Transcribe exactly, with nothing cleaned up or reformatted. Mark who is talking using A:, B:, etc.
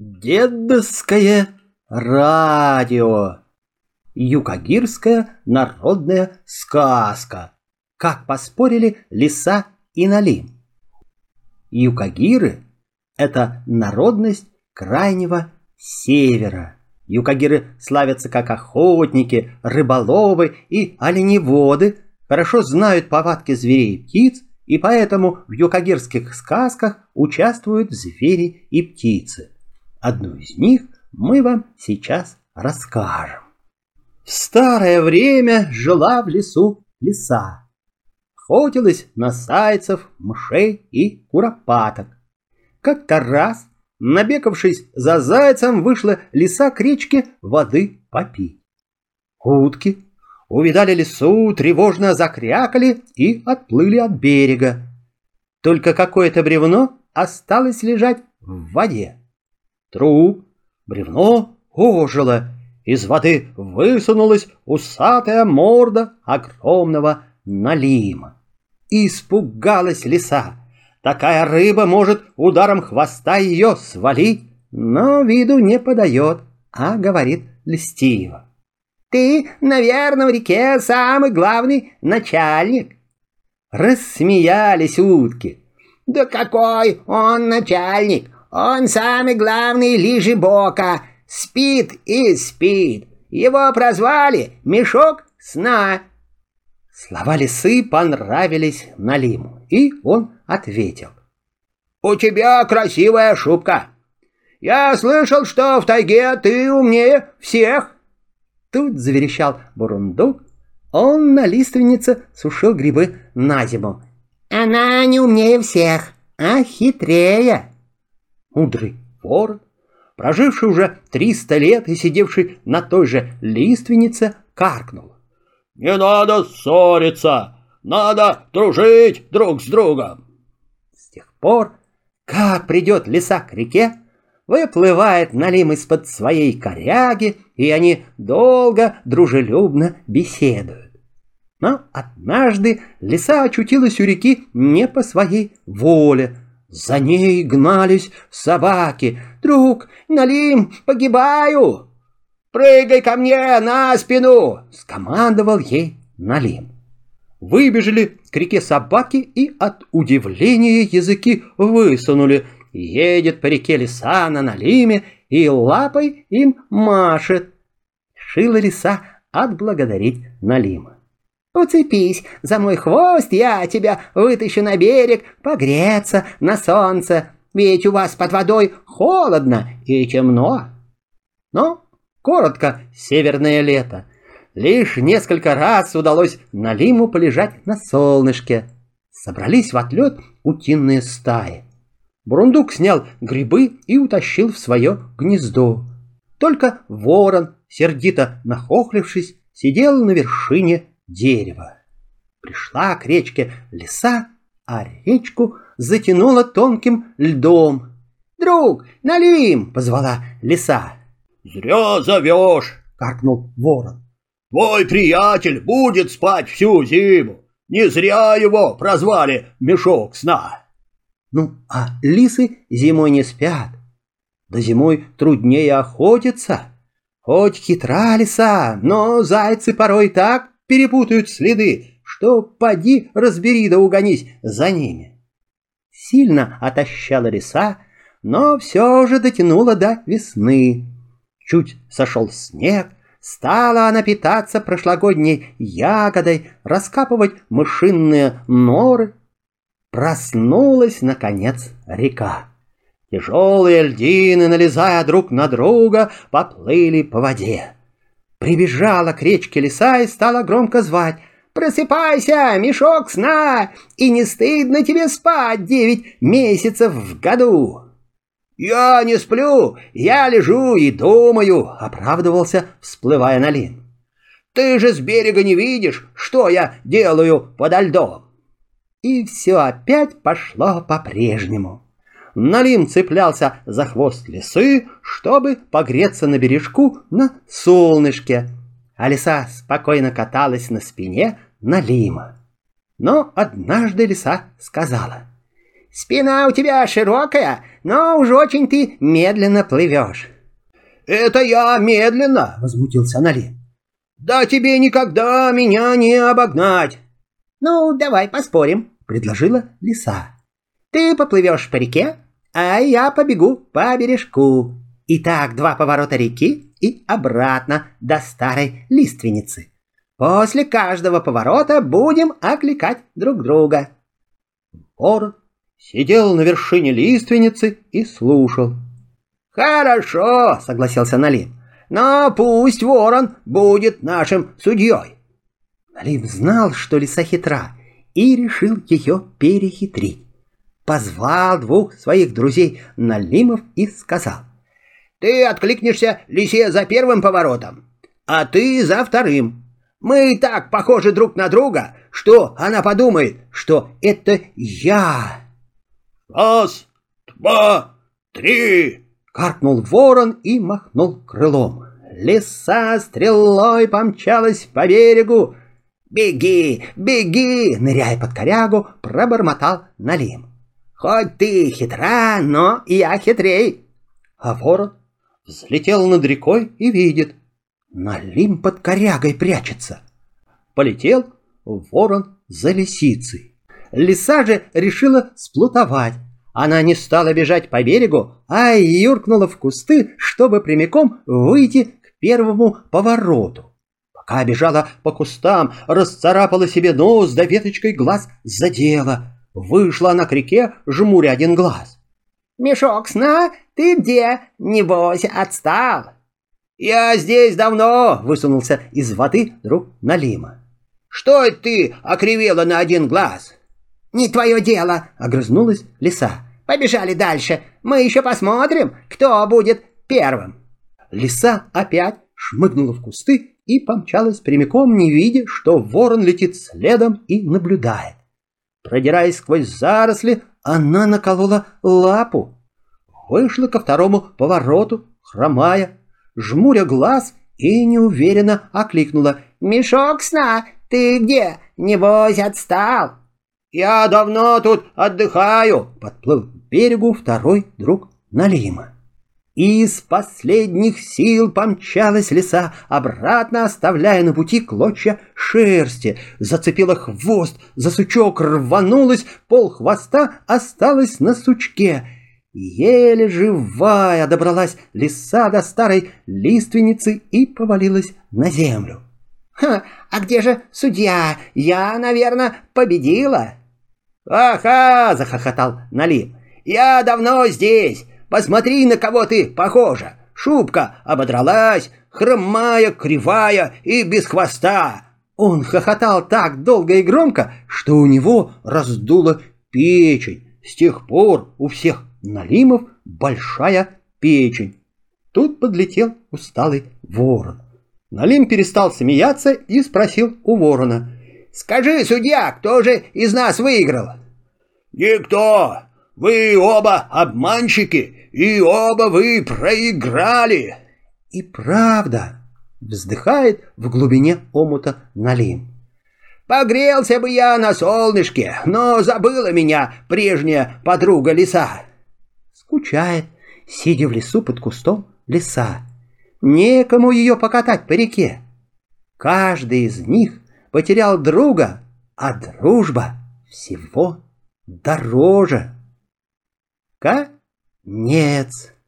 A: Дедовское радио. Юкагирская народная сказка. Как поспорили лиса и налим. Юкагиры — это народность крайнего севера. Юкагиры славятся как охотники, рыболовы и оленеводы, хорошо знают повадки зверей и птиц, и поэтому в юкагирских сказках участвуют звери и птицы. Одну из них мы вам сейчас расскажем. В старое время жила в лесу лиса. Охотилась на зайцев, мышей и куропаток. Как-то раз, набегавшись за зайцем, вышла лиса к речке воды попить. Утки увидали лису, тревожно закрякали и отплыли от берега. Только какое-то бревно осталось лежать в воде. Труп, бревно ожило, из воды высунулась усатая морда огромного налима. Испугалась лиса. Такая рыба может ударом хвоста ее свалить, но виду не подает, а говорит льстиво: «Ты, наверное, в реке самый главный начальник». Рассмеялись утки. «Да какой он начальник? Он самый главный лежебока, спит и спит. Его прозвали Мешок сна». Слова лисы понравились налиму, и он ответил: «У тебя красивая шубка. Я слышал, что в тайге ты умнее всех». Тут заверещал бурундук. Он на лиственнице сушил грибы на зиму. «Она не умнее всех, а хитрее». Мудрый ворон, проживший уже триста лет и сидевший на той же лиственнице, каркнул: «Не надо ссориться, надо дружить друг с другом». С тех пор, как придет лиса к реке, выплывает налим из-под своей коряги, и они долго дружелюбно беседуют. Но однажды лиса очутилась у реки не по своей воле. За ней гнались собаки. «Друг, налим, погибаю!» «Прыгай ко мне на спину!» — скомандовал ей налим. Выбежали к реке собаки и от удивления языки высунули. Едет по реке лиса на налиме и лапой им машет. Решила лиса отблагодарить налима. «Уцепись за мой хвост, я тебя вытащу на берег погреться на солнце, ведь у вас под водой холодно и темно». Но коротко северное лето. Лишь несколько раз удалось налиму полежать на солнышке. Собрались в отлет утиные стаи. Бурундук снял грибы и утащил в свое гнездо. Только ворон, сердито нахохлившись, сидел на вершине дерева. Пришла к речке лиса, а речку затянула тонким льдом. «Друг, налим!» — позвала лиса. «Зря зовешь!» — каркнул ворон. «Твой приятель будет спать всю зиму. Не зря его прозвали Мешок сна». Ну, а лисы зимой не спят. Да зимой труднее охотиться. Хоть хитра лиса, но зайцы порой так перепутают следы, что поди разбери да угонись за ними. Сильно отощала лиса, но все же дотянула до весны. Чуть сошел снег, стала она питаться прошлогодней ягодой, раскапывать мышиные норы. Проснулась, наконец, река. Тяжелые льдины, налезая друг на друга, поплыли по воде. Прибежала к речке лиса и стала громко звать: «Просыпайся, Мешок сна, и не стыдно тебе спать девять месяцев в году». «Я не сплю, я лежу и думаю», — оправдывался, всплывая налим. «Ты же с берега не видишь, что я делаю подо льдом». И все опять пошло по-прежнему. Налим цеплялся за хвост лисы, чтобы погреться на бережку на солнышке, а лиса спокойно каталась на спине налима. Но однажды лиса сказала: спина у тебя широкая, но уж очень ты медленно плывешь». «Это я медленно», — возмутился Налим. «Да тебе никогда меня не обогнать». «Ну, давай поспорим», — предложила лиса. «Ты поплывешь по реке, а я побегу по бережку. Итак, два поворота реки и обратно до старой лиственницы. После каждого поворота будем окликать друг друга». Ворон сидел на вершине лиственницы и слушал. «Хорошо», — согласился Налим, — «но пусть ворон будет нашим судьей». Налим знал, что лиса хитра, и решил ее перехитрить. Позвал двух своих друзей Налимов и сказал: «Ты откликнешься лисе за первым поворотом, а ты за вторым. Мы так похожи друг на друга, что она подумает, что это я». «Раз, два, три!» — каркнул ворон и махнул крылом. Лиса стрелой помчалась по берегу. «Беги, беги!» — ныряя под корягу, пробормотал Налим. «Хоть ты хитра, но я хитрей». А ворон взлетел над рекой и видит: Налим под корягой прячется. Полетел ворон за лисицей. Лиса же решила сплутовать. Она не стала бежать по берегу, а юркнула в кусты, чтобы прямиком выйти к первому повороту. Пока бежала по кустам, расцарапала себе нос, да веточкой глаз задела. Вышла она к реке, жмуря один глаз. «Мешок сна, ты где? Небось, отстал?» «Я здесь давно», — высунулся из воды друг Налима. «Что это ты окривела на один глаз?» «Не твое дело», — огрызнулась лиса. «Побежали дальше, мы еще посмотрим, кто будет первым». Лиса опять шмыгнула в кусты и помчалась прямиком, не видя, что ворон летит следом и наблюдает. Продираясь сквозь заросли, она наколола лапу. Вышла ко второму повороту, хромая, жмуря глаз, и неуверенно окликнула: «Мешок сна, ты где? Небось, отстал?» «Я давно тут отдыхаю», — подплыл к берегу второй друг Налима. Из последних сил помчалась лиса, обратно оставляя на пути клочья шерсти. Зацепила хвост, за сучок рванулась, пол хвоста осталась на сучке. Еле живая добралась лиса до старой лиственницы и повалилась на землю. «Ха, а где же судья? Я, наверное, победила». «Ага!» — захохотал Налим. «Я давно здесь. Посмотри, на кого ты похожа. Шубка ободралась, хромая, кривая и без хвоста». Он хохотал так долго и громко, что у него раздуло печень. С тех пор у всех Налимов большая печень. Тут подлетел усталый ворон. Налим перестал смеяться и спросил у ворона: «Скажи, судья, кто же из нас выиграл?» «Никто. Вы оба обманщики, и оба вы проиграли». И правда, вздыхает в глубине омута Налим. «Погрелся бы я на солнышке, но забыла меня прежняя подруга лиса». Скучает, сидя в лесу под кустом, лиса. Некому ее покатать по реке. Каждый из них потерял друга, а дружба всего дороже. Конец.